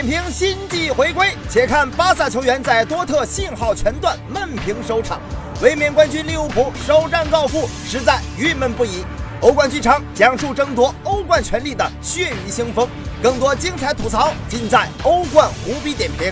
点评新季回归，且看巴萨球员在多特信号全断，闷平收场。卫冕冠军利物浦首战告负，实在郁闷不已。欧冠剧场讲述争夺欧冠权力的血雨腥风，更多精彩吐槽尽在欧冠胡逼点评。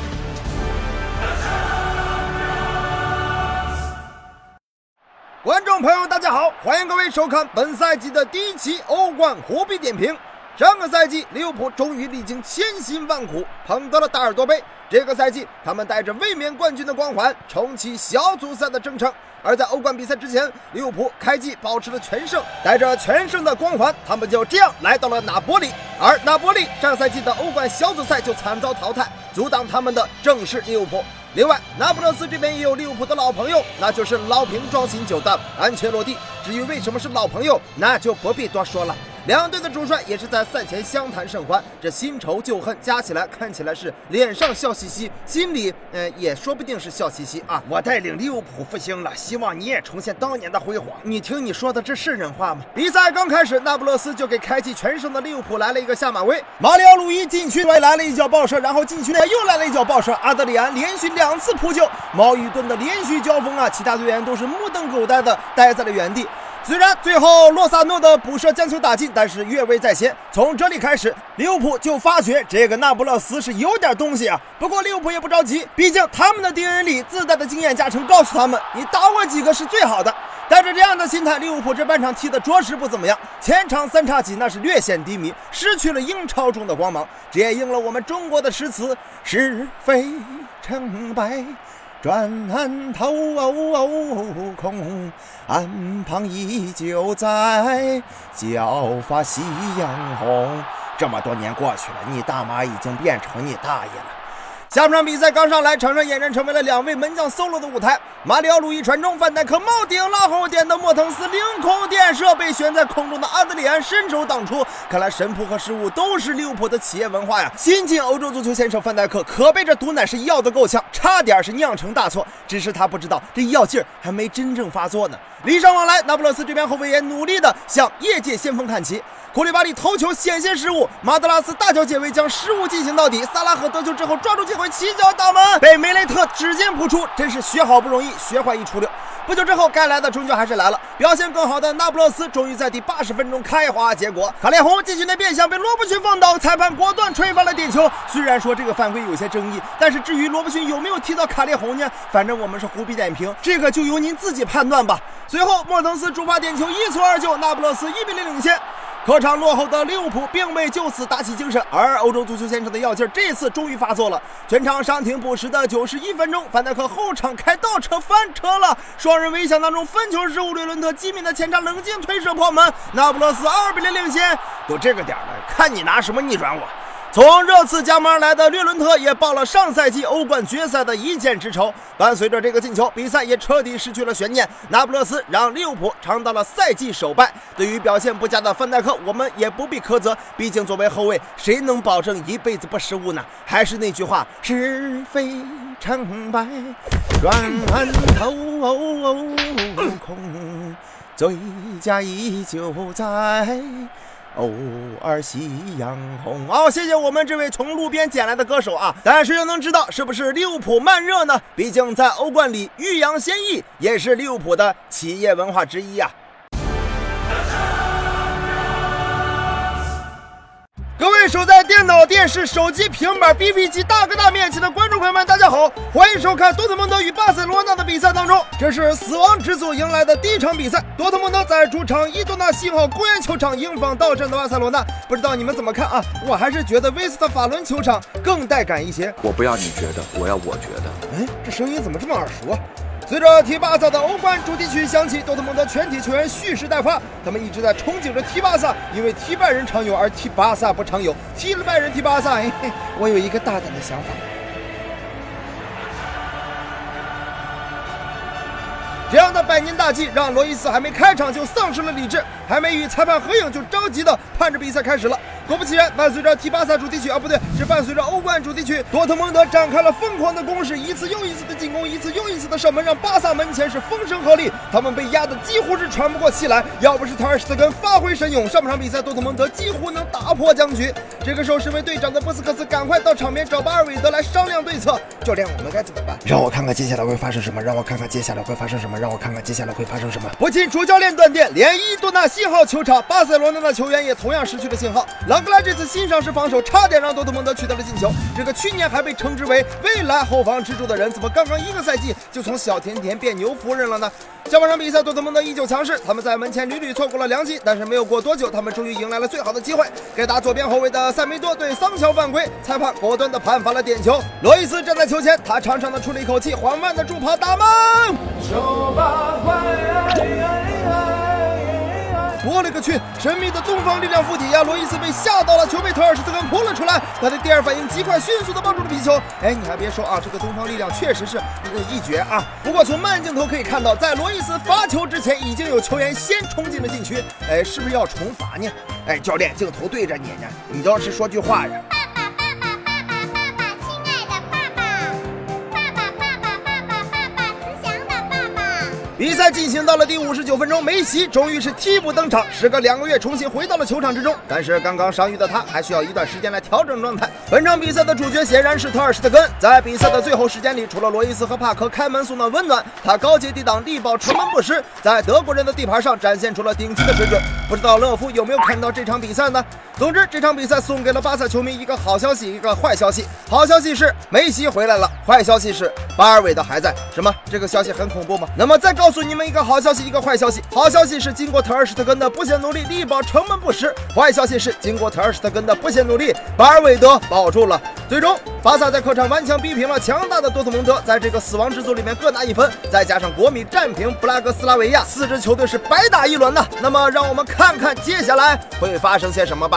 观众朋友大家好，欢迎各位收看本赛季的第一期欧冠胡逼点评。上个赛季利物浦终于历经千辛万苦捧得了大耳朵杯，这个赛季他们带着卫冕冠军的光环重启小组赛的征程。而在欧冠比赛之前，利物浦开季保持了全胜，带着全胜的光环，他们就这样来到了拿波里。而拿波里上赛季的欧冠小组赛就惨遭淘汰，阻挡他们的正是利物浦。另外，那不勒斯这边也有利物浦的老朋友，那就是老瓶装新酒的安切洛蒂。至于为什么是老朋友，那就不必多说了。两队的主帅也是在赛前相谈甚欢，这新仇旧恨加起来，看起来是脸上笑嘻嘻，心里也说不定是笑嘻嘻啊。我带领利物浦复兴了，希望你也重现当年的辉煌。你听你说的，这是人话吗？比赛刚开始，那不勒斯就给开季全胜的利物浦来了一个下马威。马里奥·鲁伊禁区内来了一脚爆射，然后禁区内又来了一脚爆射，阿德里安连续2次扑救，矛与盾的连续交锋啊，其他队员都是目瞪口呆的待在了原地。虽然最后洛萨诺的补射将球打进，但是越位在先。从这里开始，利物浦就发觉这个那不勒斯是有点东西啊。不过利物浦也不着急，毕竟他们的 DNA 里自带的经验加成告诉他们，你打我几个是最好的。带着这样的心态，利物浦这半场踢得着实不怎么样，前场3叉戟那是略显低迷，失去了英超中的光芒。这也应了我们中国的诗词：是非成败转头空，岸旁依旧在，脚发夕阳红。这么多年过去了，你大妈已经变成你大爷了。下半场比赛刚上来，场上俨然成为了2位门将 solo 的舞台。马里奥·鲁伊传中，范戴克帽顶拉后点的莫腾斯凌空垫射，被悬在空中的阿德里安伸手挡出。看来神扑和失误都是利物浦的企业文化呀！新晋欧洲足球先生范戴克可被这毒奶是药得够呛，差点是酿成大错。只是他不知道这药劲儿还没真正发作呢。礼尚往来，那不勒斯这边后卫也努力的向业界先锋看齐。库利巴利头球险些失误，马德拉斯大脚解围将失误进行到底。萨拉赫得球之后抓住机会起脚打门，被梅雷特指尖扑出，真是学好不容易，学坏一出溜。不久之后，该来的终究还是来了。表现更好的那不勒斯终于在第80分钟开花结果，卡列洪禁区内变向被罗伯逊放倒，裁判果断吹罚了点球。虽然说这个犯规有些争议，但是至于罗伯逊有没有踢到卡列洪呢？反正我们是胡逼点评，这个就由您自己判断吧。随后莫腾斯主罚点球1蹴2就，那不勒斯1比0领先。客场落后的利物浦并未就此打起精神，而欧洲足球先生的药劲这次终于发作了。全场伤停补时的91分钟，范戴克后场开倒车翻车了，双人围墙当中分球失误，略伦特机敏的前插冷静推射破门，那不勒斯2比0领先。都这个点了，看你拿什么逆转我。从热刺加盟而来的略伦特也报了上赛季欧冠决赛的一箭之仇。伴随着这个进球，比赛也彻底失去了悬念。那不勒斯让利物浦尝到了赛季首败。对于表现不佳的范戴克，我们也不必苛责，毕竟作为后卫，谁能保证一辈子不失误呢？还是那句话，是非成败转头空，最佳依旧在，偶尔夕阳红。谢谢我们这位从路边捡来的歌手啊！但是又能知道是不是利物浦慢热呢？毕竟在欧冠里欲扬先抑也是利物浦的企业文化之一啊。各位守在电脑、电视、手机、平板、BB 机大哥大面前的观众朋友们，大家好，欢迎收看多特蒙德与巴塞罗那的比赛当中，这是死亡之组迎来的第一场比赛。多特蒙德在主场伊多纳信号公园球场迎访到阵的巴塞罗那，不知道你们怎么看啊？我还是觉得威斯特法伦球场更带感一些。 我不要你觉得，我要我觉得。 这声音怎么这么耳熟啊？随着踢巴萨的欧冠主题曲响起，多特蒙德全体球员蓄势待发。他们一直在憧憬着踢巴萨，因为踢拜仁常有，而踢巴萨不常有。踢了拜仁踢巴萨，我有一个大胆的想法。这样的百年大计让罗伊斯还没开场就丧失了理智，还没与裁判合影就着急的盼着比赛开始了。果不其然，伴随着踢巴萨主题曲不对，是伴随着欧冠主题曲，多特蒙德展开了疯狂的攻势，一次又一次的进攻，一次又一次的射门，让巴萨门前是风声鹤唳，他们被压得几乎是喘不过气来。要不是特尔施特根发挥神勇，上半场比赛多特蒙德几乎能打破僵局。这个时候，身为队长的布斯克斯赶快到场边找巴尔韦德来商量对策。教练，我们该怎么办？ 让我看看接下来会发生什么，让我看看接下来会发生什么，让我看看接下来会发生什么。 不仅主教练断电，连伊多纳信号球场，巴塞罗那的球员也同样失去了信号。朗格拉这次新上式防守差点让多特蒙德取得了进球。这个去年还被称之为未来后防支柱的人，怎么刚刚一个赛季就从小甜甜变牛夫人了呢？下半场比赛，多特蒙德依旧强势，他们在门前屡屡错过了良机，但是没有过多久，他们终于迎来了最好的机会。该打左边后卫的塞梅多对桑乔犯规，裁判果断地判罚了点球。罗伊斯站在球前，他长长的出了一口气，缓慢地助跑打门。我勒个去！神秘的东方力量附体呀！罗伊斯被吓到了，球被特尔施特根扑了出来。他的第二反应极快，迅速的帮助了皮球。哎，你还别说啊，这个东方力量确实是一绝啊！不过从慢镜头可以看到，在罗伊斯罚球之前，已经有球员先冲进了禁区。哎，是不是要重罚呢？哎，教练，镜头对着你呢，你倒是说句话呀！比赛进行到了第59分钟，梅西终于是替补登场，时隔2个月重新回到了球场之中。但是刚刚伤愈的他还需要一段时间来调整状态。本场比赛的主角显然是特尔施特根，在比赛的最后时间里，除了罗伊斯和帕克开门送暖温暖，他高接低挡，力保城门不失，在德国人的地盘上展现出了顶级的水准。不知道乐福有没有看到这场比赛呢？总之，这场比赛送给了巴萨球迷一个好消息，一个坏消息。好消息是梅西回来了，坏消息是巴尔韦德还在。什么？这个消息很恐怖吗？那么再告诉你们一个好消息，一个坏消息。好消息是经过特尔施特根的不懈努力，力保城门不失。坏消息是经过特尔施特根的不懈努力，巴尔韦德保住了。最终，巴萨在客场顽强逼平了强大的多特蒙德，在这个死亡之组里面各拿1分，再加上国米战平布拉格斯拉维亚，4支球队是白打一轮呢。那么让我们看看接下来会发生些什么吧。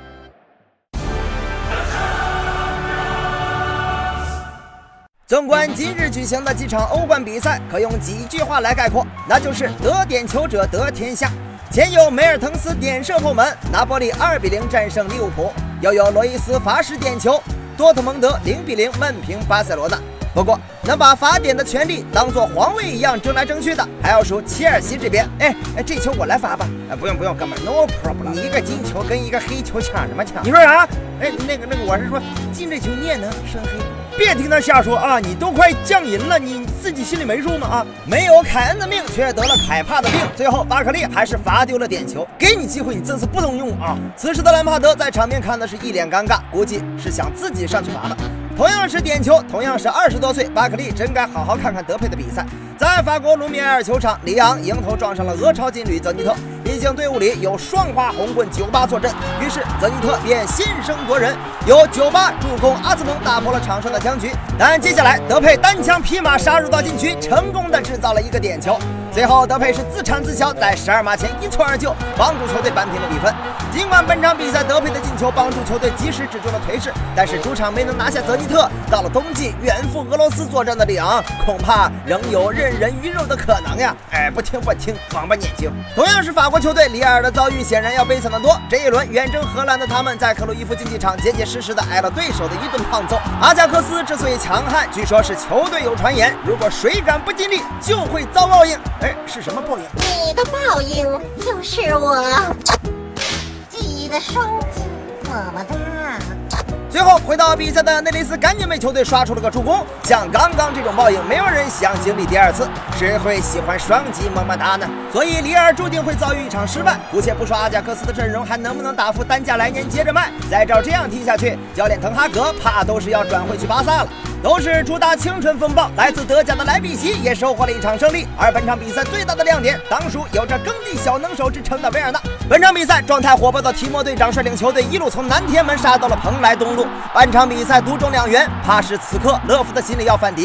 纵观今日举行的几场欧冠比赛，可用几句话来概括，那就是得点球者得天下。前有梅尔滕斯点射破门，拿波利2-0战胜利物浦；又有罗伊斯罚失点球，多特蒙德0-0闷平巴塞罗那。不过，能把罚点的权利当作皇位一样争来争去的，还要数切尔西这边。这球我来罚吧。不用，哥们 ，no problem。你一个金球跟一个黑球抢什么抢？你说啥？那个，我是说进这球你也能升黑。别听他瞎说啊！你都快降银了，你自己心里没数吗？啊，没有凯恩的命，却得了凯帕的病。最后巴克利还是罚丢了点球，给你机会，你这次不能用啊！此时的兰帕德在场边看的是一脸尴尬，估计是想自己上去罚的。同样是点球，同样是20多岁，巴克利真该好好看看德佩的比赛。在法国卢米埃尔球场，里昂迎头撞上了俄超劲旅泽尼特，毕竟队伍里有双花红棍98坐镇，于是泽尼特便先声夺人，由98助攻阿兹蒙打破了场上的僵局。但接下来德佩单枪匹马杀入到禁区，成功的制造了一个点球。最后德佩是自产自销，在12码前一蹴而就，帮助球队扳平了比分。尽管本场比赛德佩的进球帮助球队及时止住了颓势，但是主场没能拿下泽尼特，到了冬季远赴俄罗斯作战的里昂恐怕仍有任人鱼肉的可能呀！不听，王八年轻。同样是法国球队，里尔的遭遇显然要悲惨得多。这一轮远征荷兰的他们，在克鲁伊夫竞技场结结实实的挨了对手的一顿胖揍。阿贾克斯之所以强悍，据说是球队有传言，如果谁敢不尽力，就会遭报应。是什么报应？ 你的报应就是我记得双击，么么哒。 最后回到比赛的内雷斯赶紧为球队刷出了个助攻。像刚刚这种报应，没有人想经历第2次，谁会喜欢双击么么哒呢？所以里尔注定会遭遇一场失败。姑且不说阿贾克斯的阵容还能不能打服单价来年接着卖，再照这样踢下去，教练滕哈格怕都是要转回去巴萨了。都是主打青春风暴，来自德甲的莱比锡也收获了一场胜利。而本场比赛最大的亮点，当属有着耕地小能手之称的维尔纳。本场比赛状态火爆的提莫队长率领球队一路从南天门杀到了蓬莱东路。半场比赛独中2元，怕是此刻乐福的心里要犯嘀咕：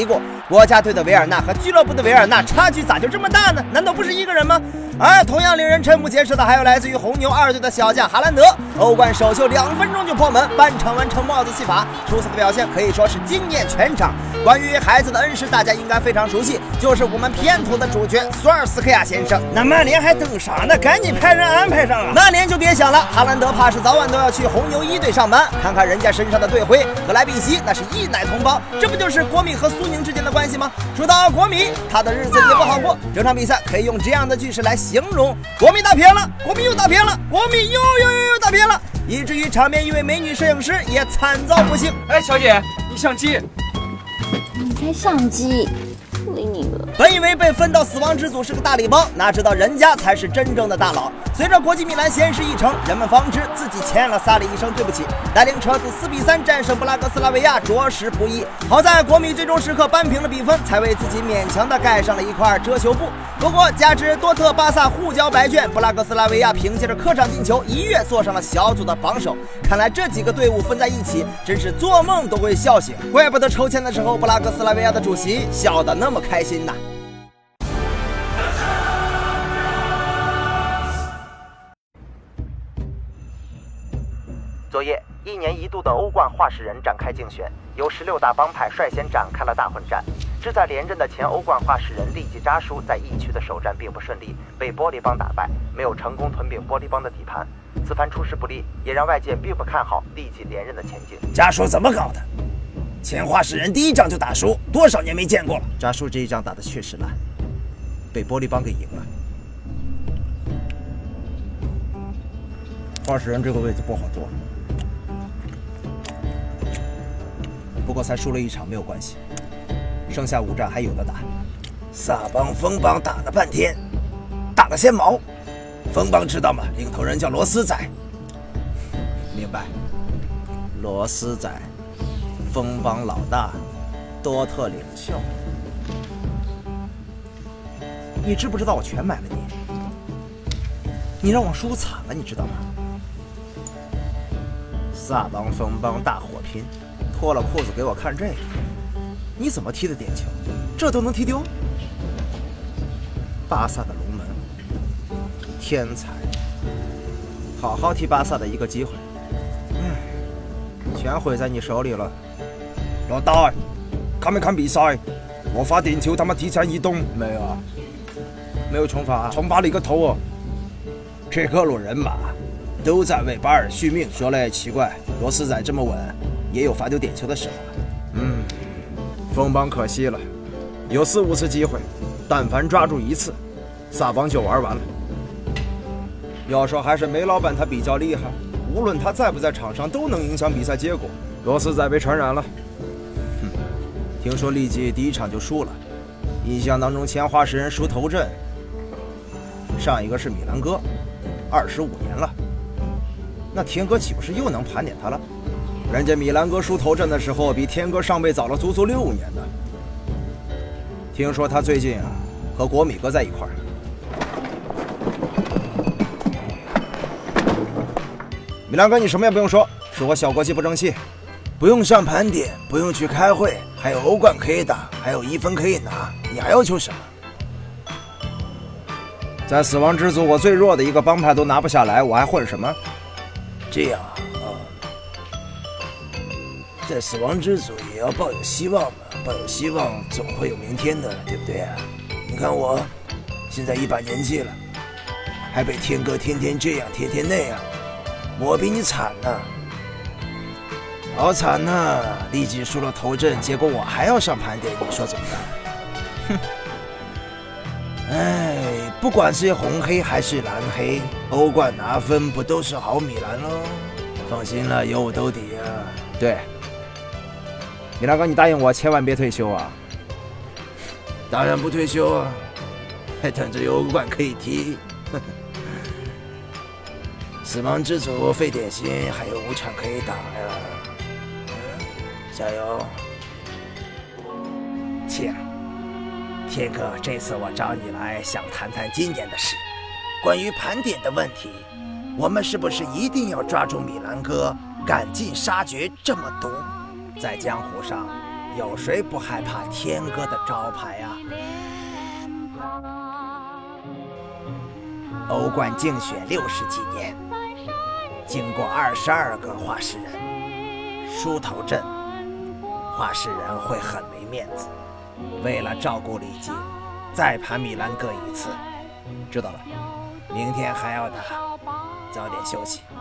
国家队的维尔纳和俱乐部的维尔纳差距咋就这么大呢？难道不是一个人吗？而同样令人瞠目结舌的还有来自于红牛2队的小将哈兰德，欧冠首秀2分钟就破门，半场完成帽子戏法，出色的表现可以说是惊艳全场。关于孩子的恩师，大家应该非常熟悉，就是我们片头的主角索尔斯克亚先生。 那曼联还等啥呢？赶紧派人安排上啊！ 曼联就别想了，哈兰德怕是早晚都要去红牛1队上班。看看人家身上的队徽和莱比锡，那是一奶同胞，这不就是国米和苏宁之间的关系吗？说到国米，他的日子也不好过。整场比赛可以用这样的句式来形容：国米打偏了，国米又打偏了，国米又打偏了，以至于场边一位美女摄影师也惨遭不幸。 哎，小姐，你相机。 你才相机，为你了。 本以为被分到死亡之组是个大礼包，哪知道人家才是真正的大佬。随着国际米兰先逝一程，人们方知自己欠了萨里一声对不起。带领车子4-3战胜布拉格斯拉维亚，着实不易。好在国米最终时刻扳平了比分，才为自己勉强的盖上了一块遮羞布。不过加之多特巴萨互交白卷，布拉格斯拉维亚凭借着客场进球一跃坐上了小组的榜首。看来这几个队伍分在一起，真是做梦都会笑醒。怪不得抽签的时候，布拉格斯拉维亚的主席笑得那么开心呐。 昨夜，1年1度的欧冠话事人展开竞选，由16大帮派率先展开了大混战。志在连任的前欧冠话事人利记扎叔在疫区的首战并不顺利，被玻璃帮打败，没有成功吞并玻璃帮的底盘。此番出师不利，也让外界并不看好利记连任的前景。 家叔怎么搞的？前话事人第一仗就打输，多少年没见过了。 扎叔这一仗打得确实烂，被玻璃帮给赢了。 话事人这个位置不好做。 不过才输了一场没有关系，剩下5战还有的打。 萨邦、风帮打了半天，打了些毛。风帮知道吗？领头人叫罗斯仔。 明白。罗斯仔，风帮老大，多特领袖。你知不知道我全买了你？你让我输惨了，你知道吗？萨邦、风帮大火拼。脱了裤子给我看这个，你怎么踢的点球？这都能踢丢？巴萨的龙门，天才，好好踢巴萨的一个机会，全毁在你手里了。 老大，看没看比赛？我罚点球，他妈提前移动。 没有啊，没有重罚啊。 重罚你个头啊！ 这各路人马都在为巴尔续命。说来也奇怪，罗斯仔这么稳。也有罚丢点球的时候。风帮可惜了，有4、5次机会，但凡抓住1次，萨邦就玩完了。要说还是梅老板他比较厉害，无论他在不在场上都能影响比赛结果。罗斯仔被传染了。听说利记第一场就输了，印象当中前话事人输头阵，上一个是米兰哥，25年了。那天哥岂不是又能盘点他了？人家米兰哥输头阵的时候，比天哥上辈早了足足6年呢。听说他最近和国米哥在一块儿。米兰哥，你什么也不用说，是我小国际不争气， 不用上盘点，不用去开会，还有欧冠可以打，还有1分可以拿，你还要求什么？ 在死亡之组，我最弱的一个帮派都拿不下来，我还混什么？ 这样啊。在死亡之组也要抱有希望嘛，抱有希望总会有明天的，对不对啊？你看我，现在1把年纪了，还被天哥天天这样天天那样，我比你惨呢，好惨呐！立即输了头阵，结果我还要上盘点，你说怎么办？哼！哎，不管是红黑还是蓝黑，欧冠拿分不都是好米兰喽？放心了，有我兜底啊！ 对。米兰哥，你答应我千万别退休啊！ 当然不退休啊，还等着有欧冠可以踢。死亡之组费点心，还有5场可以打呀！加油！ 请，天哥，这次我找你来想谈谈今年的事，关于盘点的问题，我们是不是一定要抓住米兰哥，赶尽杀绝这么毒？在江湖上， 有谁不害怕天哥的招牌啊？欧冠竞选60几年，经过22个话事人，输头阵，话事人会很没面子。为了照顾李靖，再盘米兰各一次。 知道了， 明天还要打，早点休息。